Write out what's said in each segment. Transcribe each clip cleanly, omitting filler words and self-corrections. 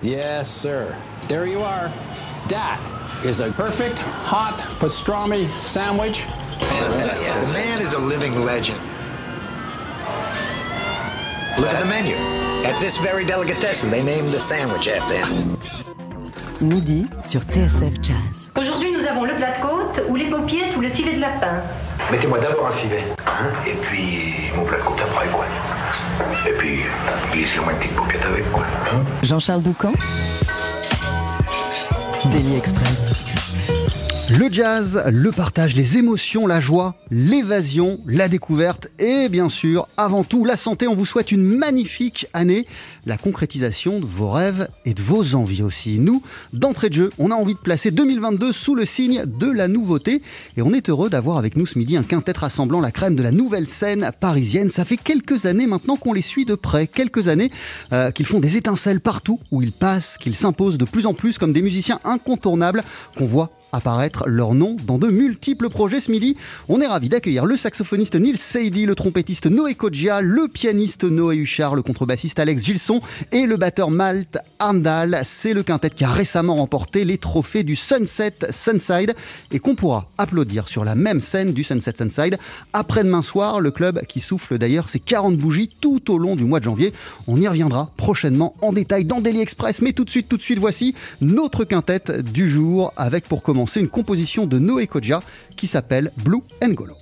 Yes, sir. There you are. That is a perfect hot pastrami sandwich. The man is a living legend. Look at the menu. At this very delicatessen, they named the sandwich after him. Midi sur TSF Jazz. Aujourd'hui, nous avons le plat de côte, ou les paupiettes, ou le civet de lapin. Mettez-moi d'abord un civet, hein, et puis mon plat de côte après, quoi. Et puis, glissez-moi une petite paupiette avec, quoi. Hein. Jean-Charles Doucan. Daily Express. Le jazz, le partage, les émotions, la joie, l'évasion, la découverte et bien sûr, avant tout, la santé. On vous souhaite une magnifique année, la concrétisation de vos rêves et de vos envies aussi. Nous, d'entrée de jeu, on a envie de placer 2022 sous le signe de la nouveauté et on est heureux d'avoir avec nous ce midi un quintet rassemblant la crème de la nouvelle scène parisienne. Ça fait quelques années maintenant qu'on les suit de près, quelques années qu'ils font des étincelles partout où ils passent, qu'ils s'imposent de plus en plus comme des musiciens incontournables qu'on voit apparaître leur nom dans de multiples projets. Ce midi, on est ravis d'accueillir le saxophoniste Nils Seidi, le trompettiste Noé Kodja, le pianiste Noé Huchard, le contrebassiste Alex Gilson et le batteur Malte Arndal. C'est le quintet qui a récemment remporté les trophées du Sunset Sunside et qu'on pourra applaudir sur la même scène du Sunset Sunside après-demain soir. Le club qui souffle d'ailleurs ses 40 bougies tout au long du mois de janvier. On y reviendra prochainement en détail dans Daily Express. Mais tout de suite, voici notre quintet du jour avec pour commencer une composition de Noé Kodja qui s'appelle Blue Ngolo.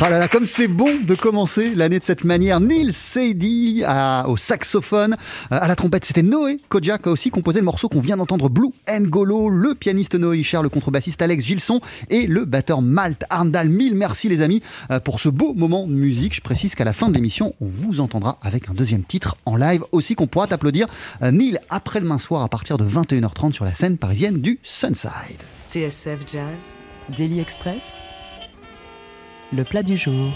Ah là là, comme c'est bon de commencer l'année de cette manière. Neil Sadie au saxophone, à la trompette, c'était Noé Kodja qui a aussi composé le morceau qu'on vient d'entendre, Blue N'Golo, le pianiste Noé Isher, le contrebassiste Alex Gilson et le batteur Malte Arndal. Mille merci les amis pour ce beau moment de musique. Je précise qu'à la fin de l'émission, on vous entendra avec un deuxième titre en live aussi qu'on pourra t'applaudir, Neil, après demain soir à partir de 21h30 sur la scène parisienne du Sunside. TSF Jazz, Daily Express, le plat du jour.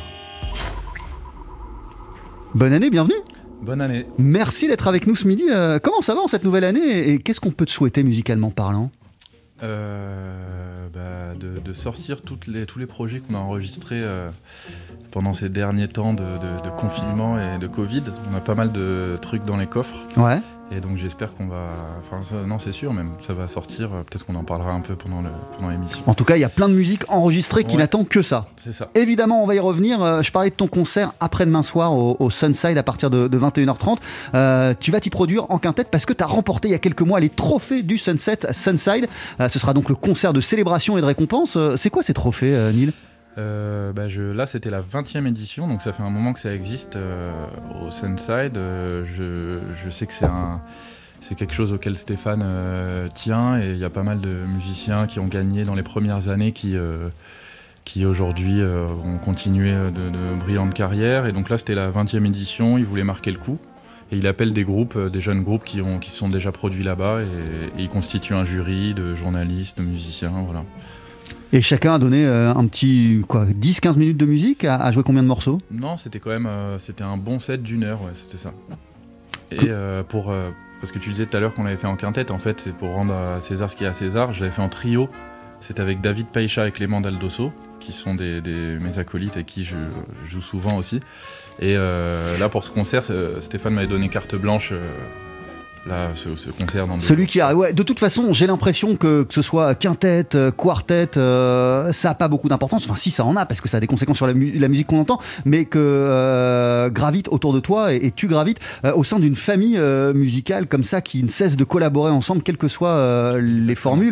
Bonne année, bienvenue. Bonne année. Merci d'être avec nous ce midi. Comment ça va en cette nouvelle année et qu'est-ce qu'on peut te souhaiter musicalement parlant ? De sortir tous les projets qu'on a enregistrés pendant ces derniers temps de confinement et de Covid. On a pas mal de trucs dans les coffres. Ouais. Et donc j'espère qu'on va... non, c'est sûr même, ça va sortir. Peut-être qu'on en parlera un peu pendant l'émission. En tout cas, il y a plein de musique enregistrée qui n'attend que ça. C'est ça. Évidemment, on va y revenir. Je parlais de ton concert après-demain soir au Sunside à partir de 21h30. Tu vas t'y produire en quintette parce que tu as remporté il y a quelques mois les trophées du Sunside. Ce sera donc le concert de célébration et de récompense. C'est quoi ces trophées, Neil ? Là, c'était la 20e édition, donc ça fait un moment que ça existe au Sunside. Je sais que c'est quelque chose auquel Stéphane tient, et il y a pas mal de musiciens qui ont gagné dans les premières années qui aujourd'hui ont continué de brillantes carrières. Et donc là, c'était la 20e édition, il voulait marquer le coup. Et il appelle des jeunes groupes qui se sont déjà produits là-bas, et il constitue un jury de journalistes, de musiciens, voilà. Et chacun a donné un petit 10-15 minutes de musique à jouer combien de morceaux ? Non, c'était quand même c'était un bon set d'1 heure, ouais, c'était ça. Et parce que tu disais tout à l'heure qu'on l'avait fait en quintette, en fait, c'est pour rendre à César ce qui est à César. Je l'avais fait en trio. C'était avec David Paicha et Clément Daldosso, qui sont mes acolytes et qui je joue souvent aussi. Et là, pour ce concert, Stéphane m'avait donné carte blanche. Là, ce concert dans celui qui a... Ouais, de toute façon, j'ai l'impression que ce soit quintette, quartet, ça n'a pas beaucoup d'importance. Enfin, si, ça en a, parce que ça a des conséquences sur la musique qu'on entend, mais que gravite autour de toi et tu gravites au sein d'une famille musicale comme ça, qui ne cesse de collaborer ensemble, quelles que soient les formules.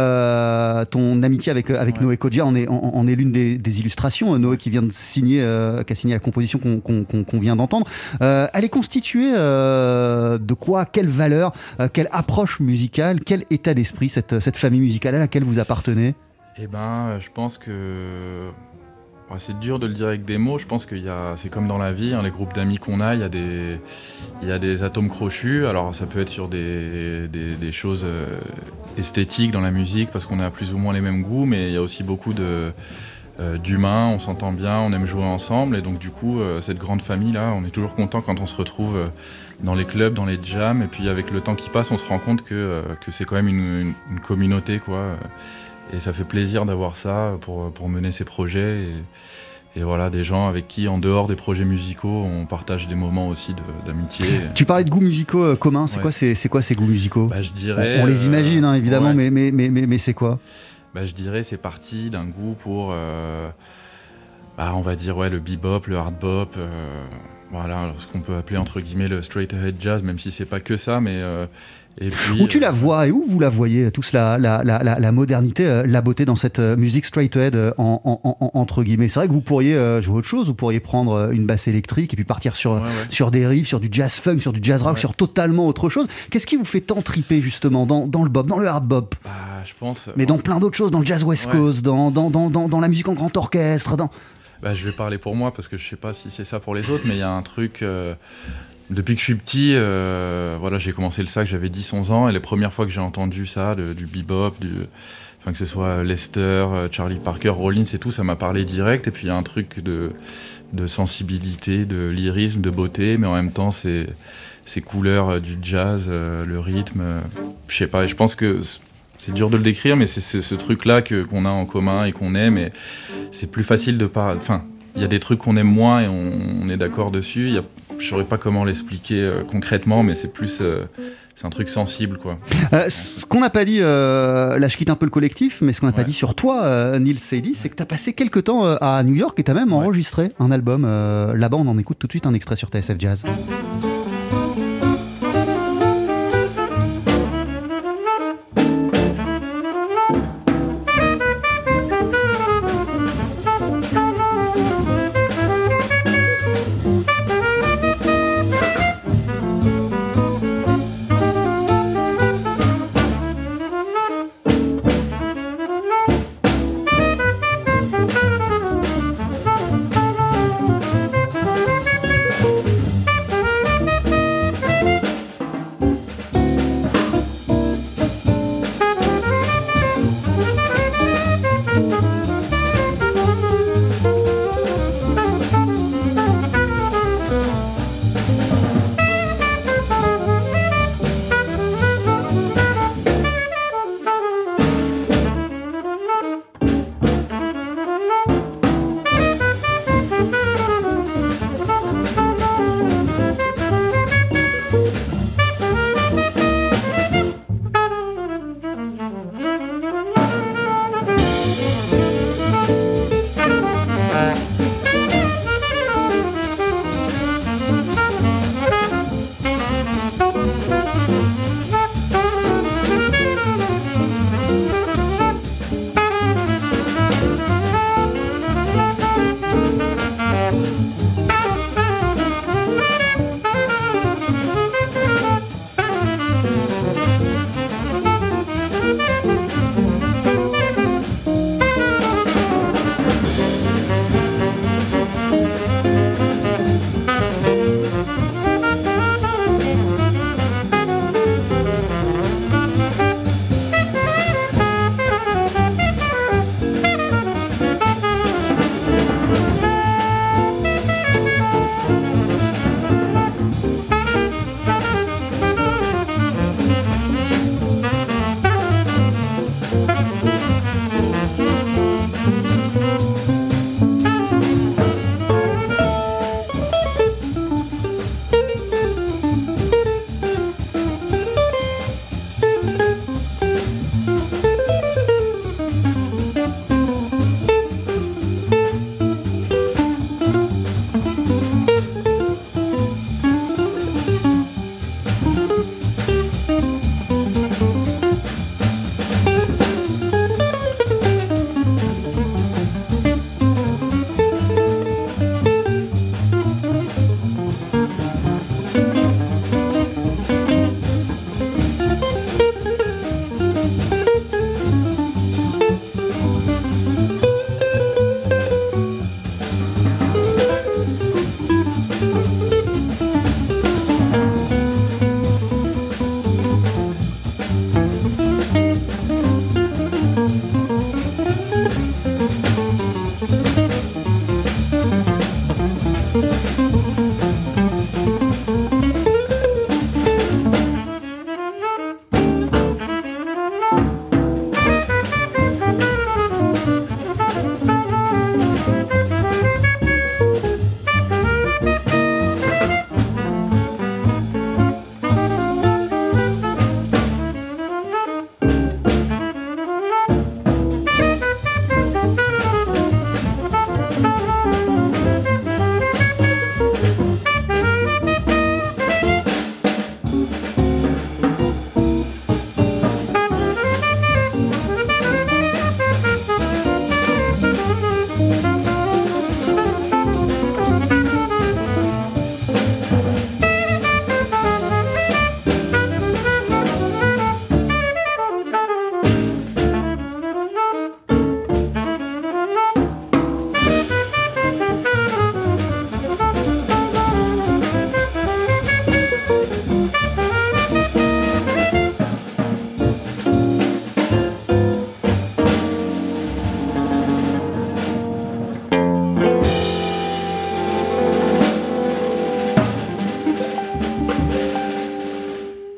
Ton amitié avec Noé Kodja en est l'une des illustrations. Noé qui vient de signer, qui a signé la composition qu'on vient d'entendre. Elle est constituée de quoi ? Quelle valeur, quelle approche musicale, quel état d'esprit cette famille musicale à laquelle vous appartenez ? Je pense que c'est dur de le dire avec des mots. Je pense que c'est comme dans la vie, les groupes d'amis qu'on a, il y a des atomes crochus. Alors ça peut être sur des choses esthétiques dans la musique parce qu'on a plus ou moins les mêmes goûts, mais il y a aussi beaucoup d'humains, on s'entend bien, on aime jouer ensemble, et donc du coup cette grande famille là, on est toujours content quand on se retrouve dans les clubs, dans les jams, et puis avec le temps qui passe on se rend compte que c'est quand même une communauté quoi, et ça fait plaisir d'avoir ça pour mener ces projets, et voilà, des gens avec qui en dehors des projets musicaux on partage des moments aussi d'amitié. Tu parlais de goûts musicaux communs, c'est quoi ces goûts musicaux ? Je dirais, on les imagine évidemment, ouais. mais c'est quoi ? Je dirais c'est parti d'un goût pour, on va dire le bebop, le hard bop, voilà, ce qu'on peut appeler entre guillemets le straight ahead jazz, même si c'est pas que ça, mais et puis, où tu la vois et où vous la voyez tous la modernité, la beauté dans cette musique straight ahead entre guillemets. C'est vrai que vous pourriez jouer autre chose, vous pourriez prendre une basse électrique et puis partir sur des riffs, sur du jazz funk, sur du jazz rock, sur totalement autre chose. Qu'est-ce qui vous fait tant triper justement dans le bop, dans le hard bop ? Je pense. Mais dans plein d'autres choses, dans le jazz West Coast, dans la musique en grand orchestre, je vais parler pour moi parce que je sais pas si c'est ça pour les autres, mais il y a un truc. Depuis que je suis petit, j'ai commencé le sax, j'avais 10-11 ans, et les premières fois que j'ai entendu ça, du bebop, que ce soit Lester, Charlie Parker, Rollins et tout, ça m'a parlé direct. Et puis il y a un truc de sensibilité, de lyrisme, de beauté, mais en même temps ces couleurs du jazz, le rythme, je sais pas, et je pense que c'est dur de le décrire, mais c'est ce truc-là qu'on a en commun et qu'on aime, et c'est plus facile de parler. Enfin, il y a des trucs qu'on aime moins et on est d'accord dessus. Je saurais pas comment l'expliquer concrètement, mais c'est plus... c'est un truc sensible, quoi. Ce qu'on n'a pas dit, là je quitte un peu le collectif, mais ce qu'on n'a pas dit sur toi, Neil Sadie, c'est que tu as passé quelques temps à New York et tu as même enregistré un album. Là-bas, on en écoute tout de suite un extrait sur TSF Jazz.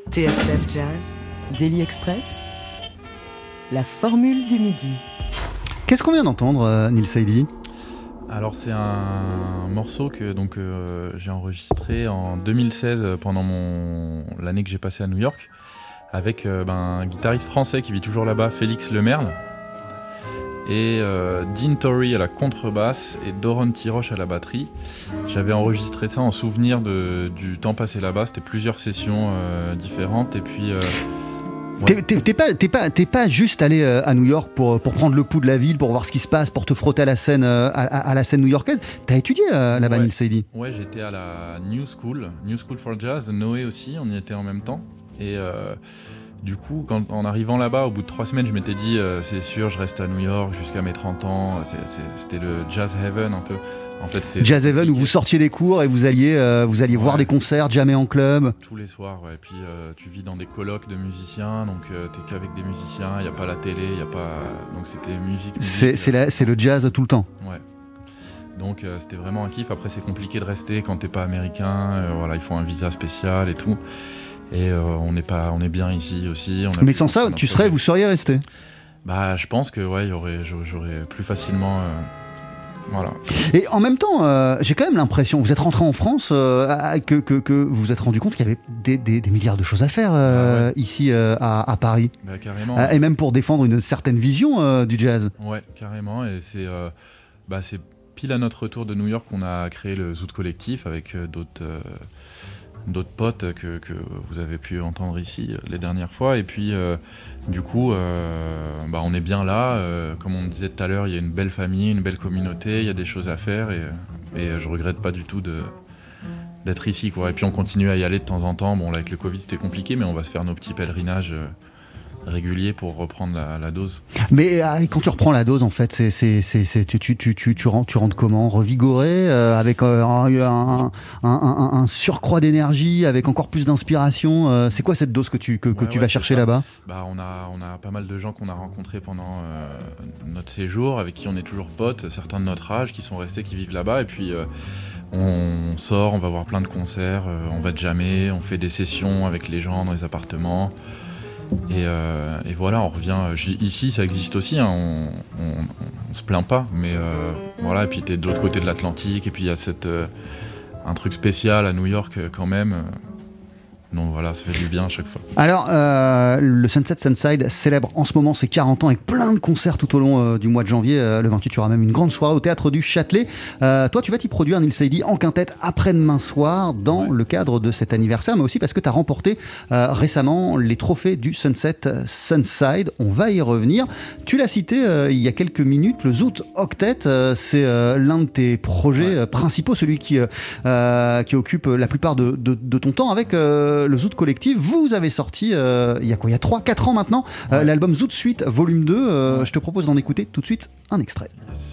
TSF Jazz, Daily Express, la formule du midi. Qu'est-ce qu'on vient d'entendre, Neil Saidi ? Alors c'est un morceau que j'ai enregistré en 2016 pendant l'année que j'ai passée à New York avec un guitariste français qui vit toujours là-bas, Félix Lemerle, et Dean Torrey à la contrebasse et Doron Tiroche à la batterie. J'avais enregistré ça en souvenir du temps passé là-bas, c'était plusieurs sessions différentes et puis... Ouais. T'es pas juste allé à New York pour prendre le pouls de la ville, pour voir ce qui se passe, pour te frotter à la scène, à la scène new-yorkaise. T'as étudié là-bas, Neil Saidi ? Ouais, j'étais à la New School for Jazz, Noé aussi, on y était en même temps. Et du coup, en arrivant là-bas, au bout de 3 semaines, je m'étais dit, c'est sûr, je reste à New York jusqu'à mes 30 ans. C'était le Jazz Heaven un peu. En fait, c'est Jazz Heaven où vous sortiez des cours et vous alliez voir des concerts, jammer en club. Tous les soirs, ouais. Et puis tu vis dans des colloques de musiciens, donc t'es qu'avec des musiciens, il n'y a pas la télé, il n'y a pas... Donc c'était musique. C'est le jazz tout le temps. Ouais. Donc c'était vraiment un kiff. Après, c'est compliqué de rester quand t'es pas américain. Voilà, il faut un visa spécial et tout. Et on est bien ici aussi. Mais sans ça, vous seriez resté ? Bah, je pense que ouais, j'aurais plus facilement... Voilà. Et en même temps, j'ai quand même l'impression, vous êtes rentré en France, que vous vous êtes rendu compte qu'il y avait des milliards de choses à faire ici à Paris. Bah, carrément. Et même pour défendre une certaine vision du jazz. Ouais, carrément. Et c'est pile à notre retour de New York qu'on a créé le Zoot Collectif avec d'autres potes que vous avez pu entendre ici les dernières fois. Et puis, du coup, on est bien là. Comme on disait tout à l'heure, il y a une belle famille, une belle communauté, il y a des choses à faire et je regrette pas du tout d'être ici, quoi. Et puis on continue à y aller de temps en temps. Bon, là, avec le Covid, c'était compliqué, mais on va se faire nos petits pèlerinages régulier pour reprendre la dose. Mais quand tu reprends la dose, en fait, tu rentres comment ? Revigoré, avec un surcroît d'énergie, avec encore plus d'inspiration. C'est quoi cette dose que tu vas chercher là-bas ? On a pas mal de gens qu'on a rencontrés pendant notre séjour, avec qui on est toujours potes, certains de notre âge, qui sont restés, qui vivent là-bas, et puis... on sort, on va voir plein de concerts, on va jammer, on fait des sessions avec les gens dans les appartements. Et voilà, on revient. Ici, ça existe aussi, hein, on se plaint pas, mais voilà. Et puis t'es de l'autre côté de l'Atlantique, et puis il y a un truc spécial à New York quand même. Donc voilà, ça fait du bien à chaque fois. Alors, le Sunset Sunside célèbre en ce moment ses 40 ans avec plein de concerts tout au long du mois de janvier. Le 28, il y aura même une grande soirée au Théâtre du Châtelet. Toi, tu vas t'y produire, Neil Saidi, en quintette après-demain soir dans le cadre de cet anniversaire, mais aussi parce que tu as remporté récemment les trophées du Sunset Sunside. On va y revenir. Tu l'as cité il y a quelques minutes, le Zoot Octet, c'est l'un de tes projets principaux, celui qui occupe la plupart de ton temps avec... le Zoot Collectif. Vous avez sorti il y a 3-4 ans maintenant l'album Zoot Suite Volume 2. Je te propose d'en écouter tout de suite un extrait. Yes.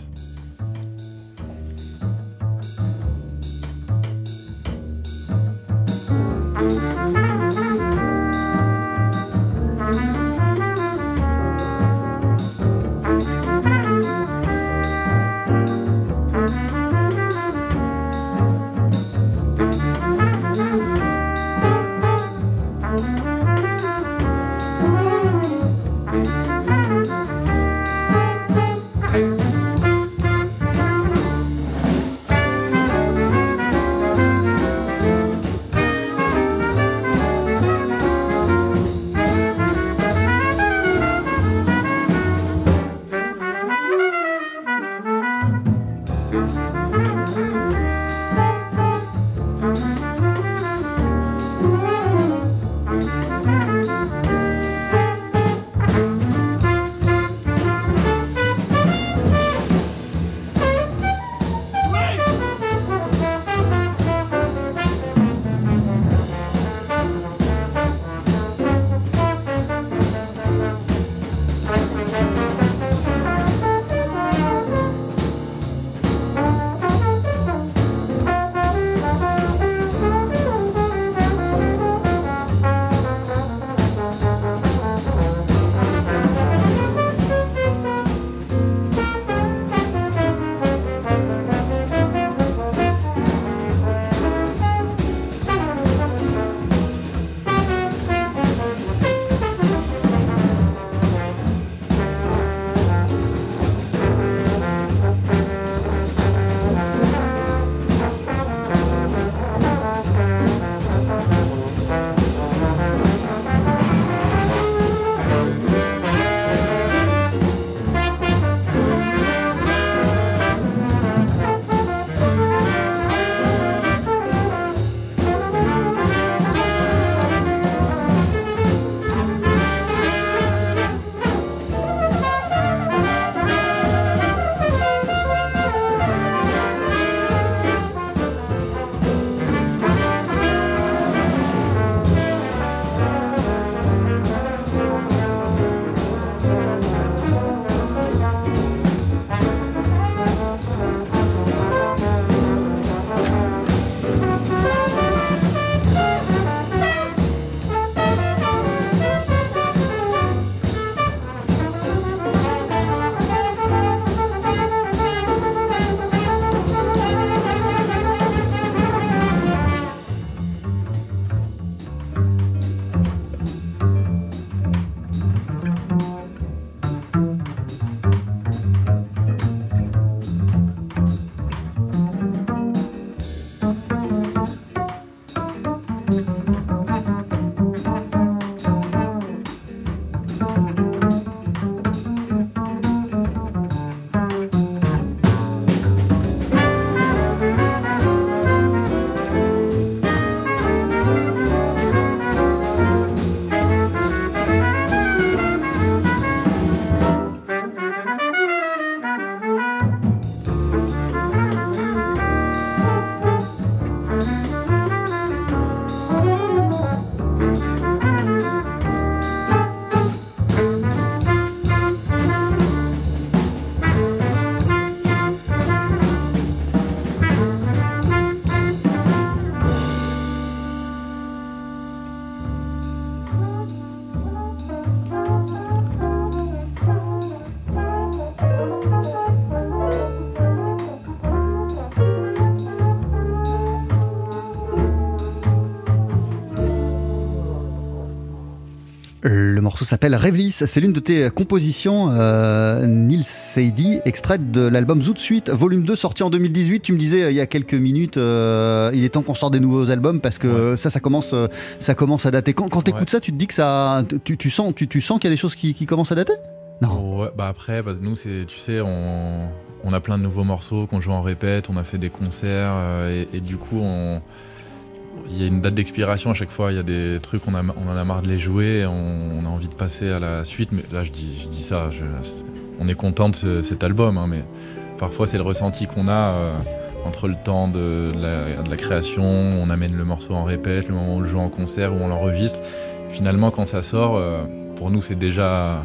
Le morceau s'appelle Rêvelis, c'est l'une de tes compositions, Nils Seidi, extraite de l'album Zoot Suite, volume 2, sorti en 2018. Tu me disais il y a quelques minutes, il est temps qu'on sorte des nouveaux albums parce que ça commence à dater. Quand tu écoutes ça, tu te dis que ça, tu sens qu'il y a des choses qui commencent à dater ? Non. Ouais, bah après, nous, tu sais, on a plein de nouveaux morceaux qu'on joue en répète, on a fait des concerts et du coup, il y a une date d'expiration à chaque fois. Il y a des trucs, on en a marre de les jouer, on a envie de passer à la suite. Mais là, je dis ça, on est content de cet album, hein, mais parfois, c'est le ressenti qu'on a entre le temps de la création, on amène le morceau en répète, le moment où on le joue en concert, où on l'enregistre. Finalement, quand ça sort, pour nous, c'est déjà,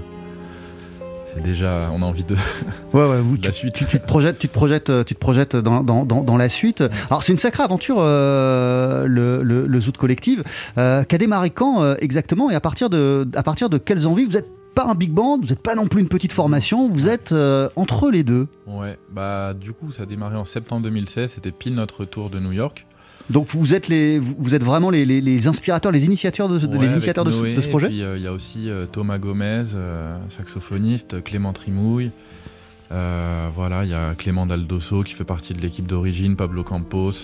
on a envie de la suite. Tu te projettes dans la suite. Alors c'est une sacrée aventure, le Zoot Collective, qui a démarré quand exactement et à partir de quelles envies? Vous n'êtes pas un big band, vous n'êtes pas non plus une petite formation, vous êtes entre les deux. Ouais, bah du coup ça a démarré en septembre 2016, c'était pile notre retour de New York. Donc vous êtes vraiment les inspirateurs, les initiateurs de ce projet. Et puis il y a aussi Thomas Gomez, saxophoniste, Clément Trimouille. Voilà, il y a Clément Daldosso qui fait partie de l'équipe d'origine, Pablo Campos.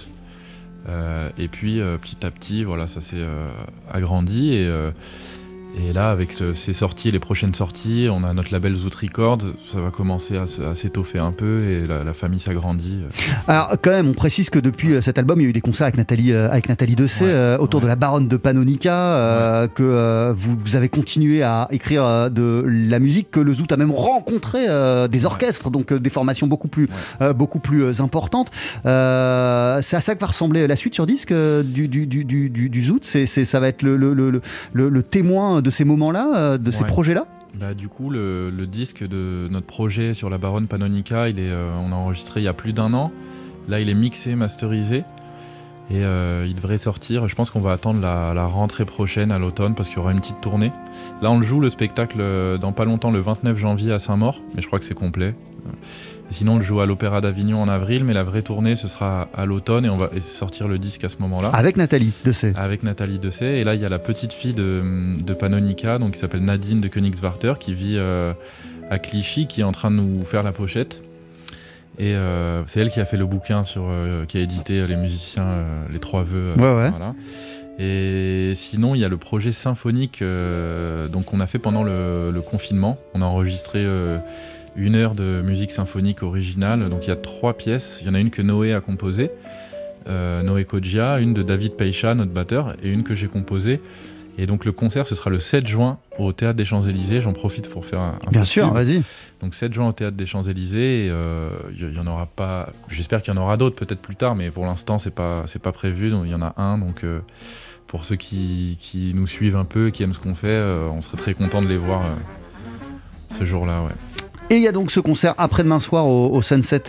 Et puis petit à petit, voilà, ça s'est agrandi et là, avec ces sorties et les prochaines sorties, on a notre label Zoot Records, ça va commencer à s'étoffer un peu et la famille s'agrandit. Alors quand même, on précise que depuis cet album, il y a eu des concerts avec Nathalie Dessay autour de la Baronne de Pannonica, que vous avez continué à écrire de la musique, que le Zoot a même rencontré des orchestres, donc des formations beaucoup plus importantes. C'est à ça que va ressembler la suite sur disque du Zoot. Ça va être le témoin de ces moments-là, de ces projets-là. Bah, du coup, le disque de notre projet sur la Baronne Pannonica, on a enregistré il y a plus d'1 an. Là, il est mixé, masterisé. Et il devrait sortir. Je pense qu'on va attendre la rentrée prochaine, à l'automne, parce qu'il y aura une petite tournée. Là, on le joue, le spectacle, dans pas longtemps, le 29 janvier à Saint-Maur. Mais je crois que c'est complet. Et sinon, on le joue à l'Opéra d'Avignon en avril, mais la vraie tournée, ce sera à l'automne et on va sortir le disque à ce moment-là. Avec Nathalie Dessay. Avec Nathalie Dessay. Et là, il y a la petite fille de Pannonica, donc, qui s'appelle Nadine de Königswarter, qui vit à Clichy, qui est en train de nous faire la pochette. Et c'est elle qui a fait le bouquin qui a édité les musiciens, les 3 vœux. Voilà. Et sinon, il y a le projet symphonique qu'on a fait pendant le confinement. On a enregistré 1 heure de musique symphonique originale. Donc il y a 3 pièces. Il y en a une que Noé a composée, Noé Kodjia, une de David Peicha, notre batteur, et une que j'ai composée. Et donc le concert, ce sera le 7 juin au Théâtre des Champs-Élysées. J'en profite pour faire un Bien sûr, vas-y. Donc 7 juin au Théâtre des Champs-Élysées. Il y en aura pas. J'espère qu'il y en aura d'autres, peut-être plus tard, mais pour l'instant, c'est pas prévu. Donc il y en a un. Donc pour ceux qui nous suivent un peu, qui aiment ce qu'on fait, on serait très content de les voir ce jour-là, ouais. Et il y a donc ce concert après-demain soir au Sunside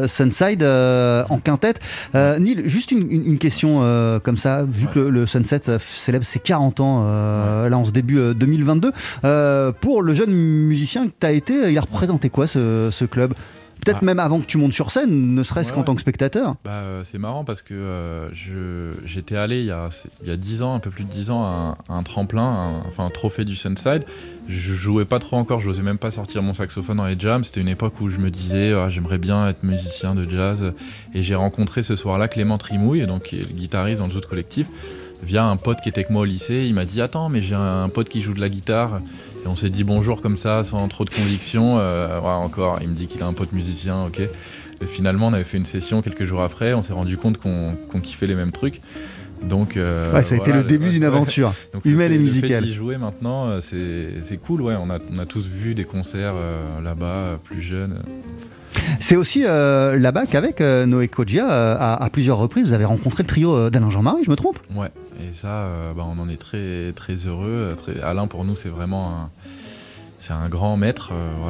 en quintette. Neil, juste une question comme ça, vu que le Sunset célèbre ses 40 ans là en ce début 2022. Pour le jeune musicien que tu as été, il a représenté quoi ce club ? Peut-être même avant que tu montes sur scène, ne serait-ce qu'en tant que spectateur. C'est marrant parce que j'étais allé il y a 10 ans, un peu plus de 10 ans, à un tremplin, un trophée du Sunside. Je jouais pas trop encore, je n'osais même pas sortir mon saxophone dans les jams. C'était une époque où je me disais j'aimerais bien être musicien de jazz. Et j'ai rencontré ce soir-là Clément Trimouille, donc, qui est le guitariste dans le Zoot Collectif, via un pote qui était avec moi au lycée. Il m'a dit attends, mais j'ai un pote qui joue de la guitare. Et on s'est dit bonjour comme ça, sans trop de conviction. Encore, il me dit qu'il a un pote musicien, ok. Et finalement, on avait fait une session quelques jours après. On s'est rendu compte qu'on kiffait les mêmes trucs. Donc, ça a été le début d'une aventure humaine et musicale. Le fait d'y jouer maintenant, c'est cool. Ouais, on a tous vu des concerts là-bas, plus jeunes. C'est aussi là-bas qu'avec Noé Kodjia, à plusieurs reprises, vous avez rencontré le trio d'Alain Jean-Marie, je me trompe ? Ouais, et ça, on en est très, très heureux. Alain, pour nous, c'est vraiment un grand maître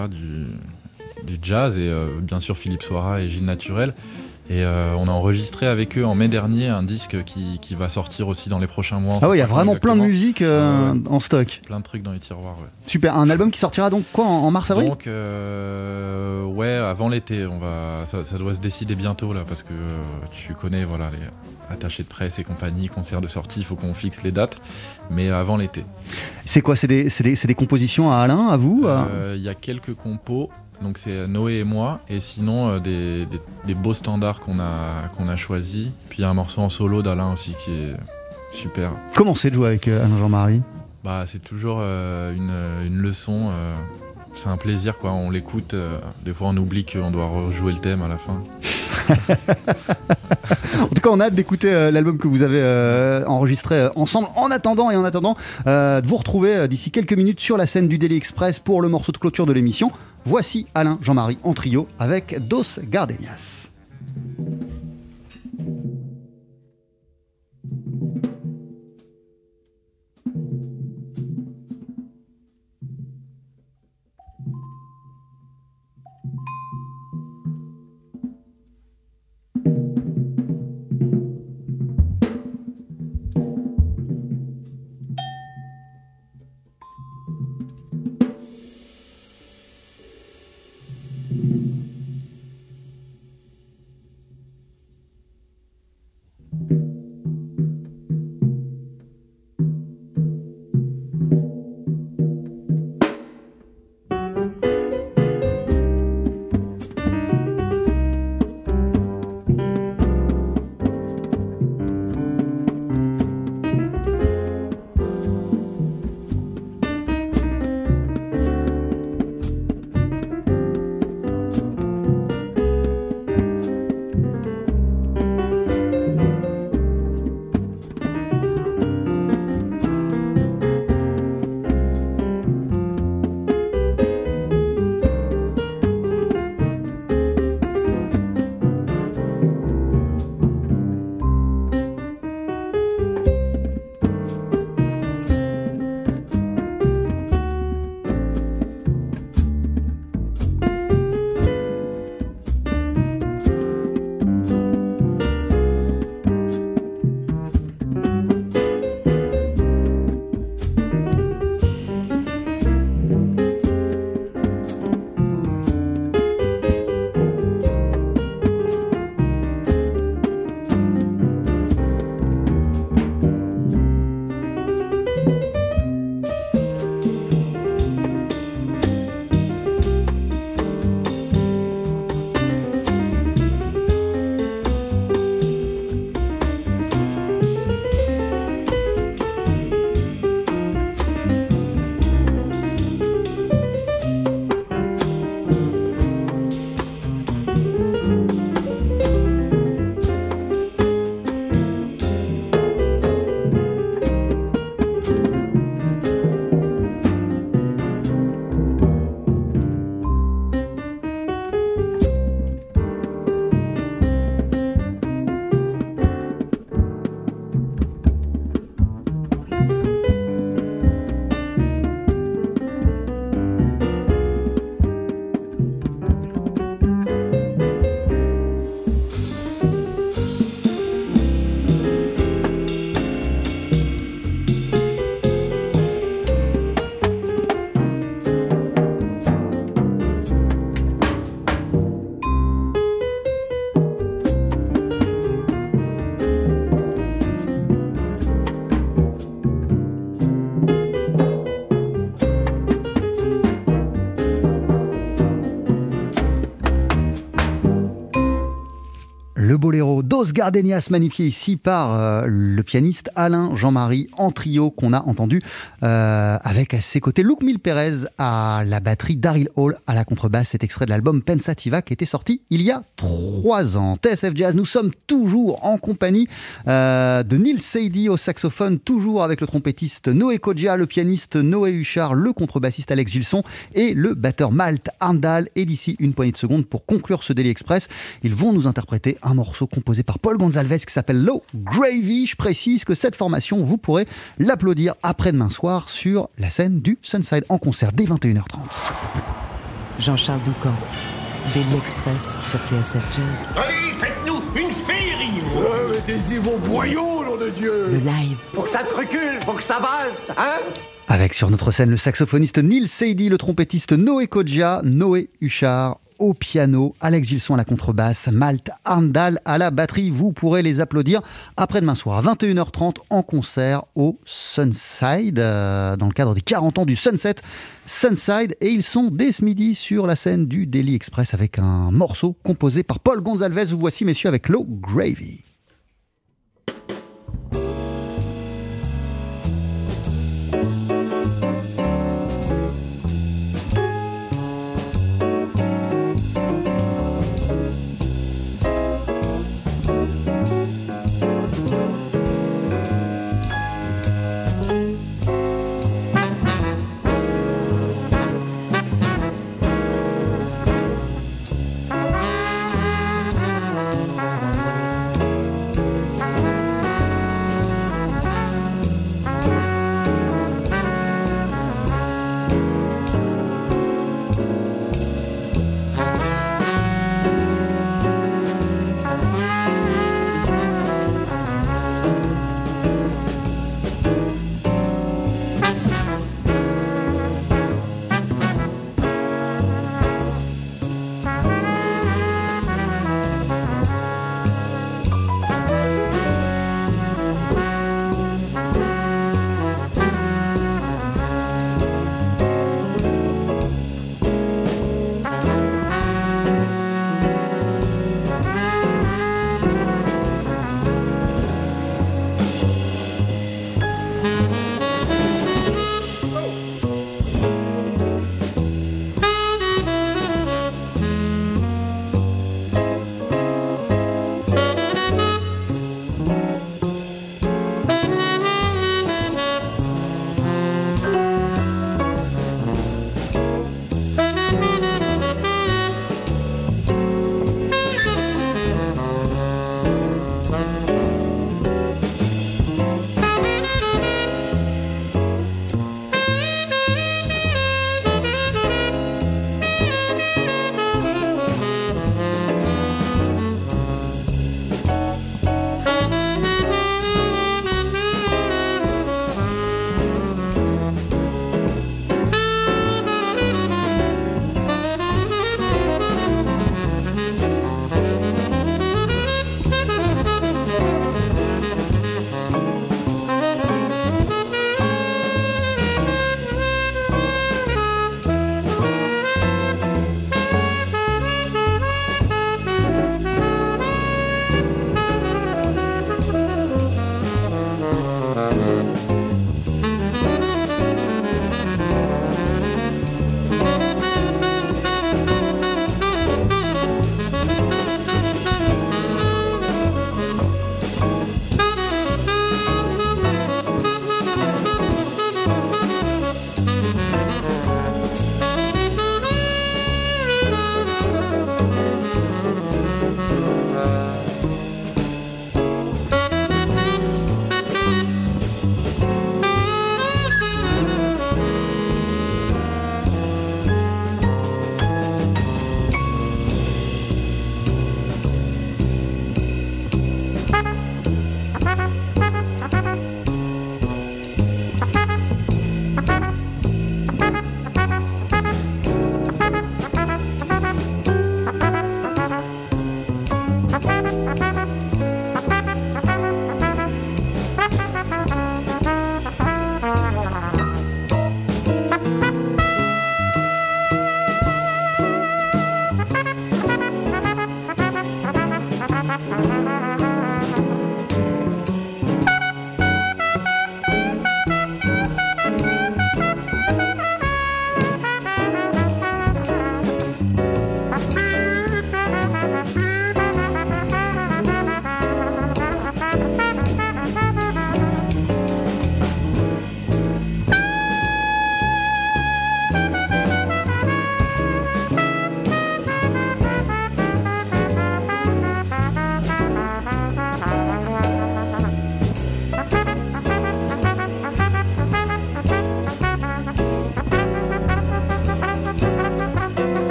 du jazz, et bien sûr Philippe Soira et Gilles Naturel. Et on a enregistré avec eux en mai dernier un disque qui va sortir aussi dans les prochains mois. Ah oui, il y a vraiment plein de musique en stock. Plein de trucs dans les tiroirs, ouais. Super, un album qui sortira donc quoi, en mars-avril ? Donc, ouais, avant l'été, ça doit se décider bientôt là, parce que tu connais, voilà, attachés de presse et compagnie, concerts de sortie, il faut qu'on fixe les dates, mais avant l'été. C'est quoi, c'est des compositions à Alain, à vous? Il y a quelques compos, donc c'est Noé et moi, et sinon des beaux standards qu'on a choisis. Puis il y a un morceau en solo d'Alain aussi qui est super. Comment c'est de jouer avec Alain Jean-Marie? C'est toujours une leçon, c'est un plaisir quoi, on l'écoute, des fois on oublie qu'on doit rejouer le thème à la fin. En tout cas, on a hâte d'écouter l'album que vous avez enregistré ensemble. En attendant, de vous retrouver d'ici quelques minutes sur la scène du Daily Express pour le morceau de clôture de l'émission. Voici Alain Jean-Marie en trio avec Dos Gardenias. Le boléro Dos Gardenias, magnifié ici par le pianiste Alain Jean-Marie en trio qu'on a entendu avec à ses côtés Luc Mil-Pérez à la batterie, Daryl Hall à la contrebasse. Cet extrait de l'album Pensativa qui était sorti il y a 3 ans. TSF Jazz, nous sommes toujours en compagnie de Neil Sadie au saxophone, toujours avec le trompettiste Noé Kodja, le pianiste Noé Huchard, le contrebassiste Alex Gilson et le batteur Malte Arndal. Et d'ici une poignée de secondes, pour conclure ce Daily Express, ils vont nous interpréter un morceau composé par Paul Gonzalez qui s'appelle Low Gravy. Je précise que cette formation, vous pourrez l'applaudir après-demain soir sur la scène du Sunside en concert dès 21h30. Jean-Charles Doucan, Daily Express sur TSF Jazz. Allez, faites-nous une féerie. Mettez-y vos boyaux, nom de Dieu. Le live. Faut que ça te recule, faut que ça valse, hein. Avec sur notre scène le saxophoniste Neil Sadie, le trompettiste Noé Kodja, Noé Huchard au piano, Alex Gilson à la contrebasse, Malte Arndal à la batterie. Vous pourrez les applaudir après-demain soir à 21h30 en concert au Sunside, dans le cadre des 40 ans du Sunside. Et ils sont dès ce midi sur la scène du Daily Express avec un morceau composé par Paul Gonzalez. Vous voici, messieurs, avec Low Gravy.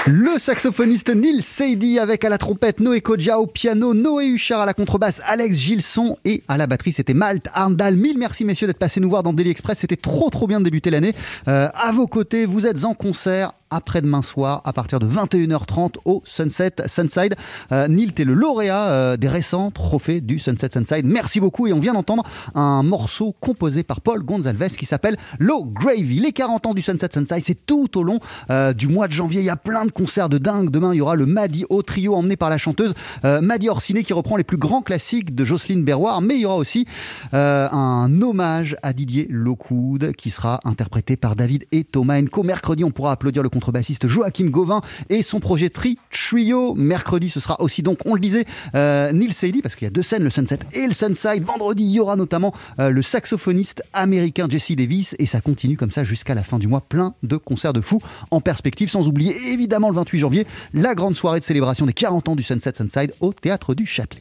Le saxophoniste Neil Sadie avec à la trompette Noé Kodja, au piano Noé Huchard, à la contrebasse Alex Gilson et à la batterie c'était Malte Arndal. Mille merci messieurs d'être passés nous voir dans Daily Express, c'était trop bien de débuter l'année. À vos côtés, vous êtes en concert après-demain soir à partir de 21h30 au Sunset Sunside. Neil, t'es le lauréat des récents trophées du Sunset Sunside. Merci beaucoup et on vient d'entendre un morceau composé par Paul Gonzalez qui s'appelle Low Gravy. Les 40 ans du Sunset Sunside, c'est tout au long du mois de janvier. Il y a plein de concerts de dingue. Demain, il y aura le Maddy O Trio emmené par la chanteuse Maddy Orsini qui reprend les plus grands classiques de Jocelyne Berroir. Mais il y aura aussi un hommage à Didier Lockwood qui sera interprété par David et Thomas Enco. Mercredi, on pourra applaudir le contrebassiste Joachim Gauvin et son projet Trio. Mercredi, ce sera aussi donc, on le disait, Neil Sadie, parce qu'il y a deux scènes, le Sunset et le Sunside. Vendredi, il y aura notamment le saxophoniste américain Jesse Davis et ça continue comme ça jusqu'à la fin du mois. Plein de concerts de fous en perspective, sans oublier évidemment le 28 janvier, la grande soirée de célébration des 40 ans du Sunset Sunside au Théâtre du Châtelet.